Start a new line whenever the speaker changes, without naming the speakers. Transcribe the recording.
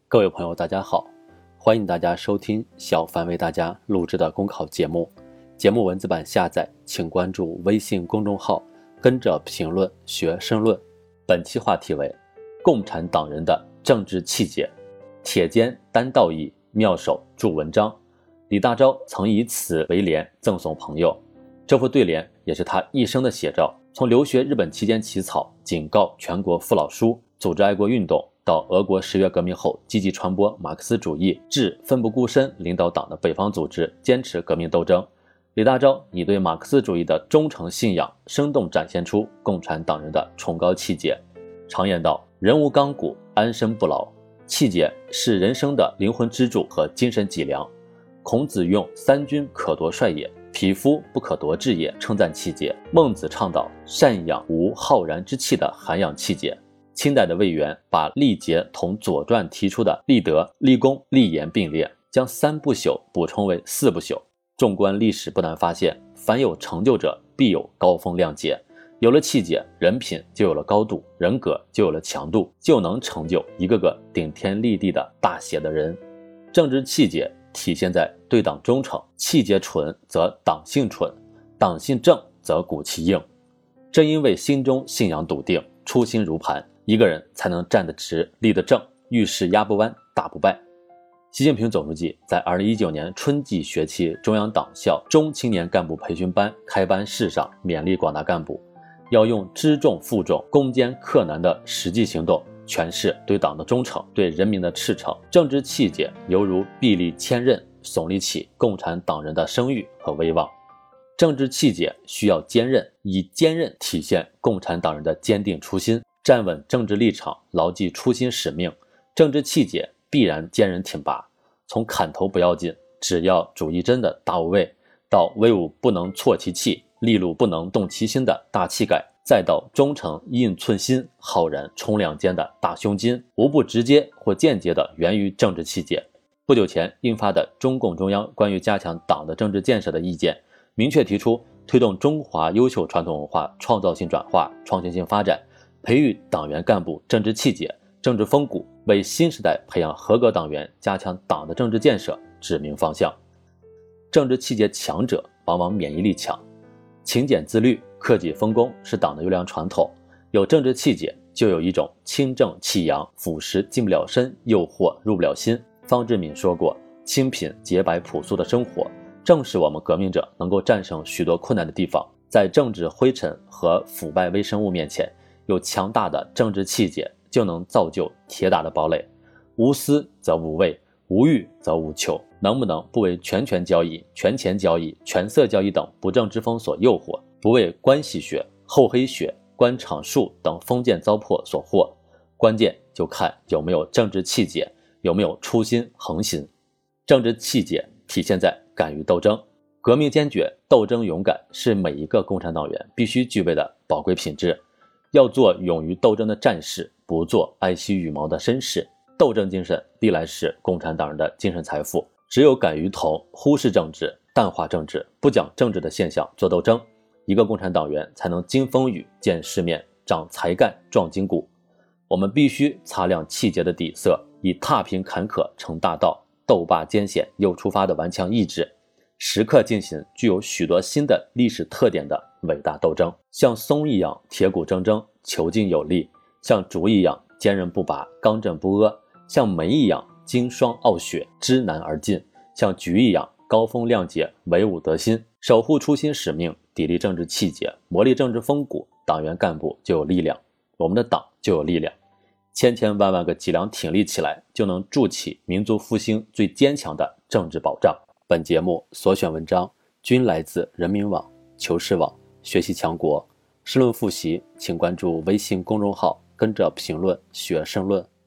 各位朋友大家好，欢迎大家收听小凡为大家录制的公考节目。节目文字版下载请关注微信公众号，跟着评论学申论。本期话题为共产党人的政治气节，铁肩担道义，妙手著文章。李大钊曾以此为联赠送朋友，这副对联也是他一生的写照。从留学日本期间起草警告全国父老书，组织爱国运动，到俄国10月革命后积极传播马克思主义，至奋不顾身领导党的北方组织，坚持革命斗争，李大钊以对马克思主义的忠诚信仰，生动展现出共产党人的崇高气节。常言道，人无钢骨，安身不牢。气节是人生的灵魂支柱和精神脊梁。孔子用三军可夺帅也，匹夫不可夺志也，称赞气节。孟子倡导善养无浩然之气的涵养气节。清代的魏源把历节同《左传》提出的立德、立功、立言并列，将3不朽补充为4不朽。纵观历史，不难发现，凡有成就者必有高风亮节。有了气节，人品就有了高度，人格就有了强度，就能成就一个个顶天立地的大写的人。政治气节体现在对党忠诚，气节纯则党性纯，党性正则骨气硬。正因为心中信仰笃定，初心如磐，一个人才能站得直，立得正，遇事压不弯，打不败。习近平总书记在2019年春季学期中央党校中青年干部培训班开班式上勉励广大干部，要用知重负重、攻坚克难的实际行动诠释对党的忠诚，对人民的赤诚。政治气节犹如臂力千仞，耸立起共产党人的声誉和威望。政治气节需要坚韧，以坚韧体现共产党人的坚定初心，站稳政治立场，牢记初心使命。政治气节必然坚韧挺拔，从砍头不要紧，只要主义真的大无畏，到威武不能挫其气，利禄不能动其心的大气概，再到忠诚印寸心，浩然冲两肩的大胸襟，无不直接或间接的源于政治气节。不久前印发的中共中央关于加强党的政治建设的意见，明确提出推动中华优秀传统文化创造性转化、创新性发展，培育党员干部政治气节、政治风骨，为新时代培养合格党员、加强党的政治建设指明方向。政治气节强者往往免疫力强，勤俭自律、克己丰功是党的优良传统。有政治气节，就有一种清正气扬，腐蚀进不了身，诱惑入不了心。方志敏说过，清贫洁白朴素的生活，正是我们革命者能够战胜许多困难的地方。在政治灰尘和腐败微生物面前，有强大的政治气节，就能造就铁打的堡垒。无私则无畏，无欲则无求。能不能不为权交易、权钱交易、权色交易等不正之风所诱惑，不为关系学、厚黑学、官场术等封建糟粕所惑？关键就看有没有政治气节，有没有初心恒心。政治气节体现在敢于斗争，革命坚决，斗争勇敢，是每一个共产党员必须具备的宝贵品质。要做勇于斗争的战士，不做爱惜羽毛的绅士。斗争精神历来是共产党人的精神财富。只有敢于同忽视政治、淡化政治、不讲政治的现象做斗争，一个共产党员才能经风雨、见世面、长才干、壮筋骨。我们必须擦亮气节的底色，以踏平坎坷成大道，斗罢艰险又出发的顽强意志，时刻进行具有许多新的历史特点的伟大斗争。像松一样铁骨铮铮、遒劲有力，像竹一样坚韧不拔、刚正不阿，像煤一样金霜傲雪、知难而进，像菊一样高风亮节、唯武得心。守护初心使命，砥砺政治气节，磨砺政治风骨，党员干部就有力量，我们的党就有力量。千千万万个脊梁挺立起来，就能筑起民族复兴最坚强的政治保障。本节目所选文章均来自人民网、求是网、学习强国。申论复习请关注微信公众号，跟着评论学申论。